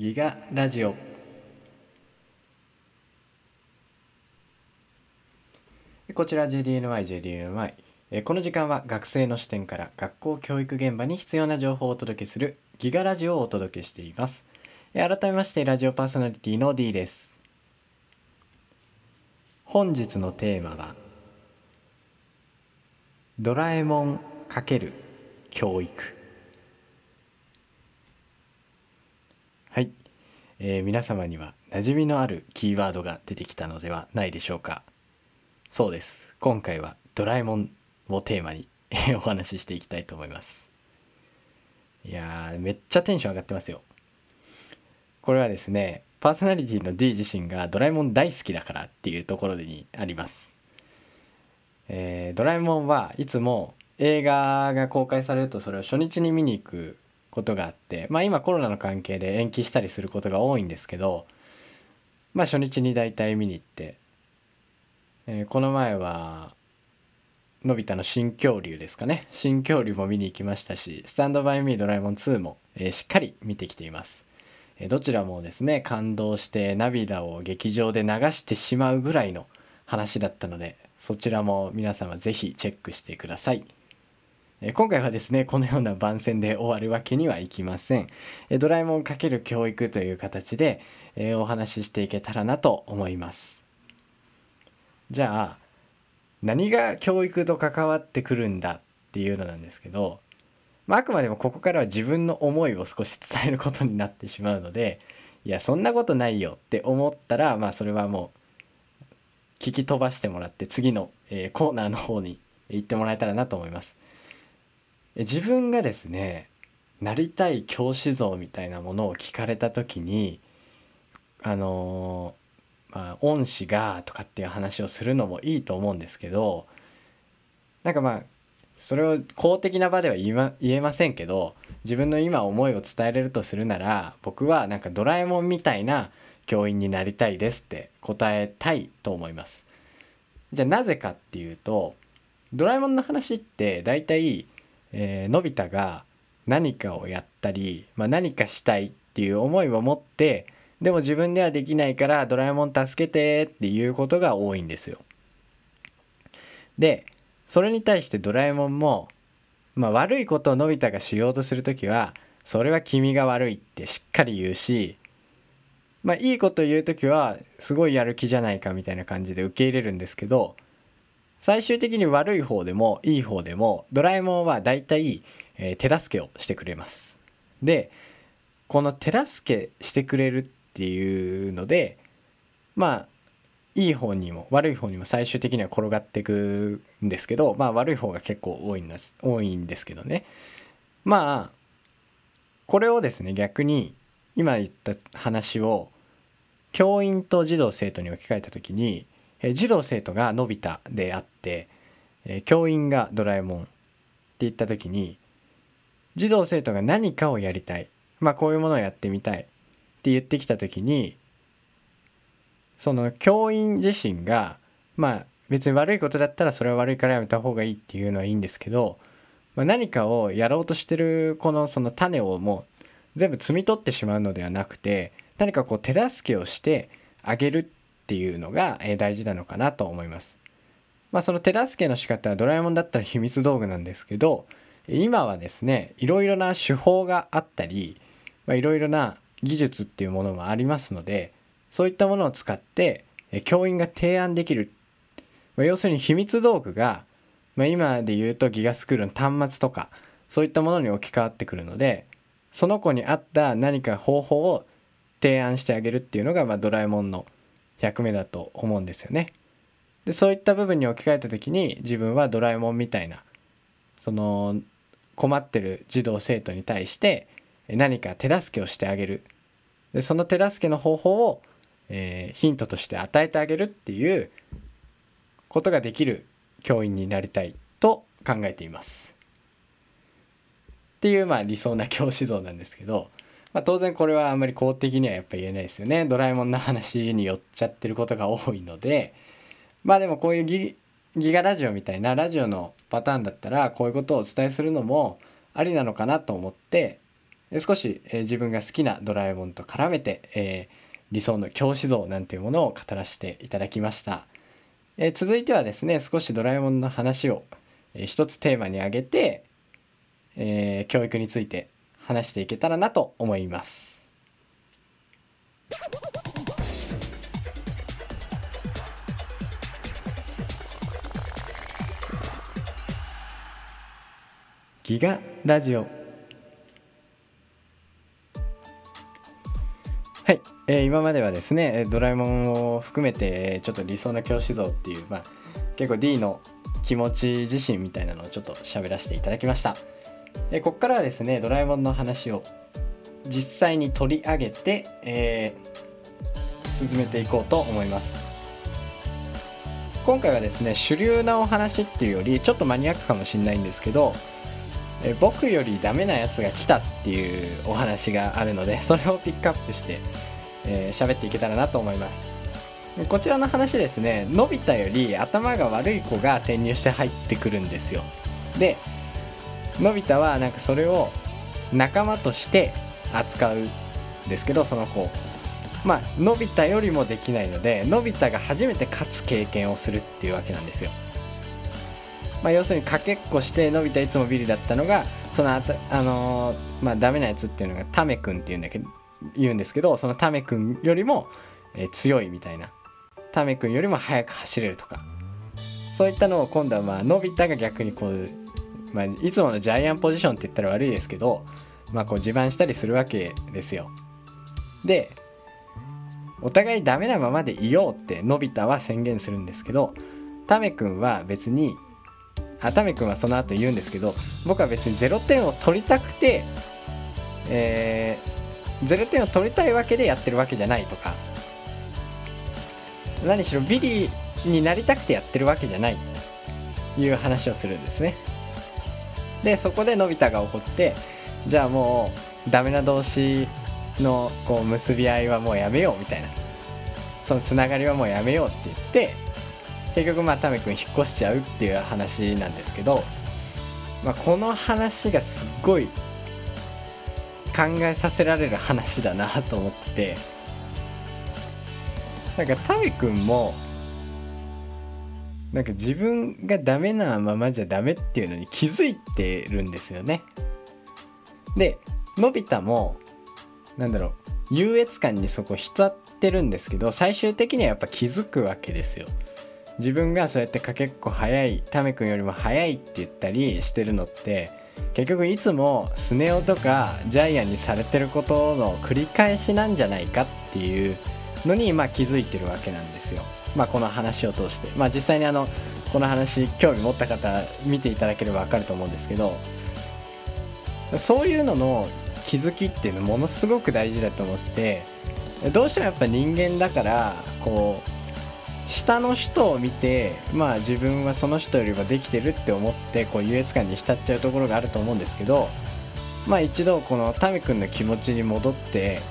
ギガラジオ。こちら JDNY。この時間は学生の視点から学校教育現場に必要な情報をお届けするギガラジオをお届けしています。改めましてラジオパーソナリティの D です。本日のテーマはドラえもん×教育。はい、皆様には馴染みのあるキーワードが出てきたのではないでしょうか。そうです。今回はドラえもんをテーマにお話ししていきたいと思います。いやー、めっちゃテンション上がってますよ。これはですね、パーソナリティの D 自身がドラえもん大好きだからっていうところにあります。ドラえもんはいつも映画が公開されるとそれを初日に見に行くことがあって、今コロナの関係で延期したりすることが多いんですけど、初日にだいたい見に行って、この前はのび太の新恐竜ですかね。新恐竜も見に行きましたし、スタンドバイミードラえもん2も、しっかり見てきています。どちらもですね、感動して涙を劇場で流してしまうぐらいの話だったので、そちらも皆様ぜひチェックしてください。今回はですね、このような番宣で終わるわけにはいきません。ドラえもん×教育という形で、お話ししていけたらなと思います。じゃあ、何が教育と関わってくるんだっていうのなんですけど、あくまでもここからは自分の思いを少し伝えることになってしまうので、いやそんなことないよって思ったら、それはもう聞き飛ばしてもらって次の、コーナーの方に行ってもらえたらなと思います。自分がですね、なりたい教師像みたいなものを聞かれた時に、恩師がとかっていう話をするのもいいと思うんですけど、それを公的な場では言えませんけど、自分の今思いを伝えれるとするなら、僕はドラえもんみたいな教員になりたいですって答えたいと思います。じゃあなぜかっていうと、ドラえもんの話って大体、のび太が何かをやったり、何かしたいっていう思いを持って、でも自分ではできないからドラえもん助けてっていうことが多いんですよ。で、それに対してドラえもんも、悪いことをのび太がしようとするときは、それは君が悪いってしっかり言うし、いいことを言うときは、すごいやる気じゃないかみたいな感じで受け入れるんですけど、最終的に悪い方でもいい方でも、ドラえもんはだいたい手助けをしてくれます。で、この手助けしてくれるっていうので、いい方にも悪い方にも最終的には転がっていくんですけど、悪い方が結構多いんですけどね。これをですね、逆に今言った話を教員と児童生徒に置き換えた時に、児童生徒がのび太であって、教員がドラえもんって言った時に、児童生徒が何かをやりたい、こういうものをやってみたいって言ってきた時に、その教員自身が別に悪いことだったらそれは悪いからやめた方がいいっていうのはいいんですけど、何かをやろうとしてるその種をもう全部摘み取ってしまうのではなくて、何か手助けをしてあげるっていうのが大事なのかなと思います。その手助けの仕方はドラえもんだったら秘密道具なんですけど、今はですね、いろいろな手法があったり、いろいろな技術っていうものもありますので、そういったものを使って教員が提案できる、要するに秘密道具が、今で言うとギガスクールの端末とかそういったものに置き換わってくるので、その子に合った何か方法を提案してあげるっていうのが、ドラえもんの役目だと思うんですよね。でそういった部分に置き換えた時に、自分はドラえもんみたいなその困ってる児童生徒に対して何か手助けをしてあげる。でその手助けの方法を、ヒントとして与えてあげるっていうことができる教員になりたいと考えています。っていう理想な教師像なんですけど、当然これはあんまり公的にはやっぱ言えないですよね。ドラえもんの話に寄っちゃってることが多いので、でもこういうギガラジオみたいなラジオのパターンだったら、こういうことをお伝えするのもありなのかなと思って、 少し、自分が好きなドラえもんと絡めて、理想の教師像なんていうものを語らせていただきました。続いてはですね、少しドラえもんの話を、一つテーマに挙げて、教育について話していけたらなと思います。ギガラジオ。はい、今まではですねドラえもんを含めてちょっと理想の教師像っていう、結構 D の気持ち自身みたいなのをちょっと喋らせていただきました。ここからはですねドラえもんの話を実際に取り上げて、進めていこうと思います。今回はですね主流なお話っていうよりちょっとマニアックかもしれないんですけど、僕よりダメなやつが来たっていうお話があるので、それをピックアップして喋っていけたらなと思います。こちらの話ですね、のび太より頭が悪い子が転入して入ってくるんですよ。でのび太はなんかそれを仲間として扱うんですけど、その子のび太よりもできないので、のび太が初めて勝つ経験をするっていうわけなんですよ。要するにかけっこしてのび太いつもビリだったのが、そのダメなやつっていうのがタメくんって言うんですけど、そのタメくんよりも、強いみたいな、タメくんよりも速く走れるとか、そういったのを今度はのび太が逆にこう、いつものジャイアンポジションって言ったら悪いですけど、こう自慢したりするわけですよ。でお互いダメなままでいようってのび太は宣言するんですけど、タメくんは別にタメくんはその後言うんですけど、僕は別に0点を取りたくて、0点を取りたいわけでやってるわけじゃないとか、何しろビリになりたくてやってるわけじゃないという話をするんですね。でそこでのび太が怒って、じゃあもうダメな同士のこう結び合いはもうやめようみたいな、そのつながりはもうやめようって言って、結局タメくん引っ越しちゃうっていう話なんですけど、この話がすっごい考えさせられる話だなと思ってて、なんかタメくんもなんか自分がダメなままじゃダメっていうのに気づいてるんですよね。でのび太も優越感にそこ浸ってるんですけど、最終的にはやっぱ気づくわけですよ。自分がそうやってかけっこ早い、タメくんよりも早いって言ったりしてるのって結局いつもスネ夫とかジャイアンにされてることの繰り返しなんじゃないかっていうのに気づいてるわけなんですよ。この話を通して、実際にこの話興味持った方見ていただければ分かると思うんですけど、そういうのの気づきっていうのものすごく大事だと思ってて、どうしてもやっぱ人間だからこう下の人を見て自分はその人よりもできてるって思ってこう優越感に浸っちゃうところがあると思うんですけど、一度このタメくんの気持ちに戻って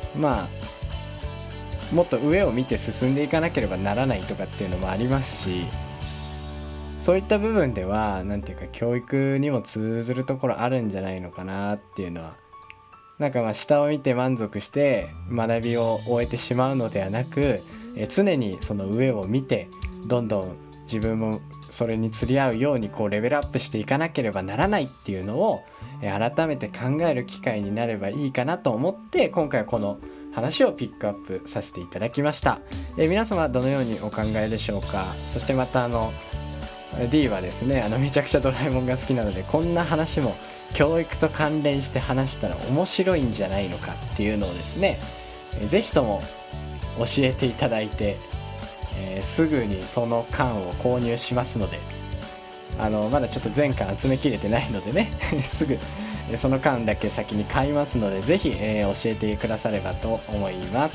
もっと上を見て進んでいかなければならないとかっていうのもありますし、そういった部分では教育にも通ずるところあるんじゃないのかなっていうのは、下を見て満足して学びを終えてしまうのではなく、常にその上を見てどんどん自分もそれに釣り合うようにこうレベルアップしていかなければならないっていうのを改めて考える機会になればいいかなと思って、今回はこの話をピックアップさせていただきました。皆様はどのようにお考えでしょうか。そしてまたD はですねめちゃくちゃドラえもんが好きなので、こんな話も教育と関連して話したら面白いんじゃないのかっていうのをですね、ぜひとも教えていただいて、すぐにその缶を購入しますので、まだちょっと全巻集めきれてないのでねすぐその缶だけ先に買いますので、ぜひ、教えてくださればと思います。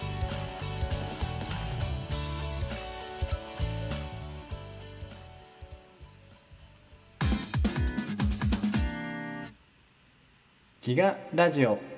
ギガラジオ。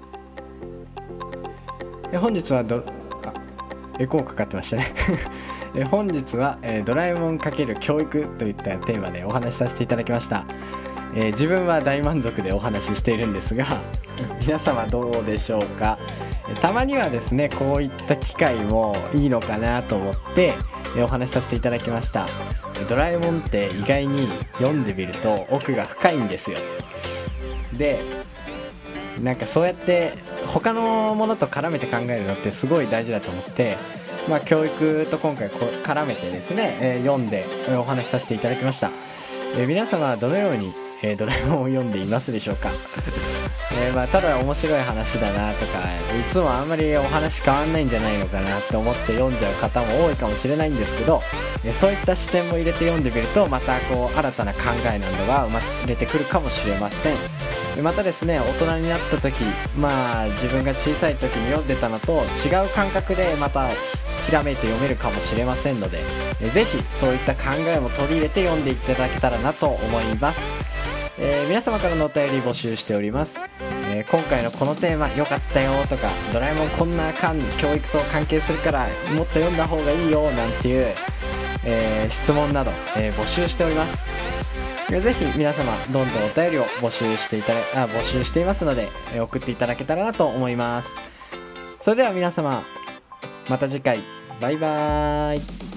本日はエコーかかってましたね本日は、ドラえもん×教育といったテーマでお話しさせていただきました。自分は大満足でお話ししているんですが皆様どうでしょうか。たまにはですねこういった機会もいいのかなと思ってお話しさせていただきました。ドラえもんって意外に読んでみると奥が深いんですよ。でなんかそうやって他のものと絡めて考えるのってすごい大事だと思って、教育と今回絡めてですね、読んでお話しさせていただきました。皆様はどのようにドラえもんを読んでいますでしょうか。ただ面白い話だなとかいつもあんまりお話変わんないんじゃないのかなって思って読んじゃう方も多いかもしれないんですけど、そういった視点も入れて読んでみるとまたこう新たな考えなどが生まれてくるかもしれません。またですね大人になった時自分が小さい時に読んでたのと違う感覚でまたひらめいて読めるかもしれませんので、ぜひそういった考えも取り入れて読んでいただけたらなと思います。皆様からのお便り募集しております。今回のこのテーマ良かったよとかドラえもんこんな教育と関係するからもっと読んだ方がいいよなんていう、質問など、募集しております。ぜひ皆様どんどんお便りを募集していますので、送っていただけたらなと思います。それでは皆様また次回バイバーイ。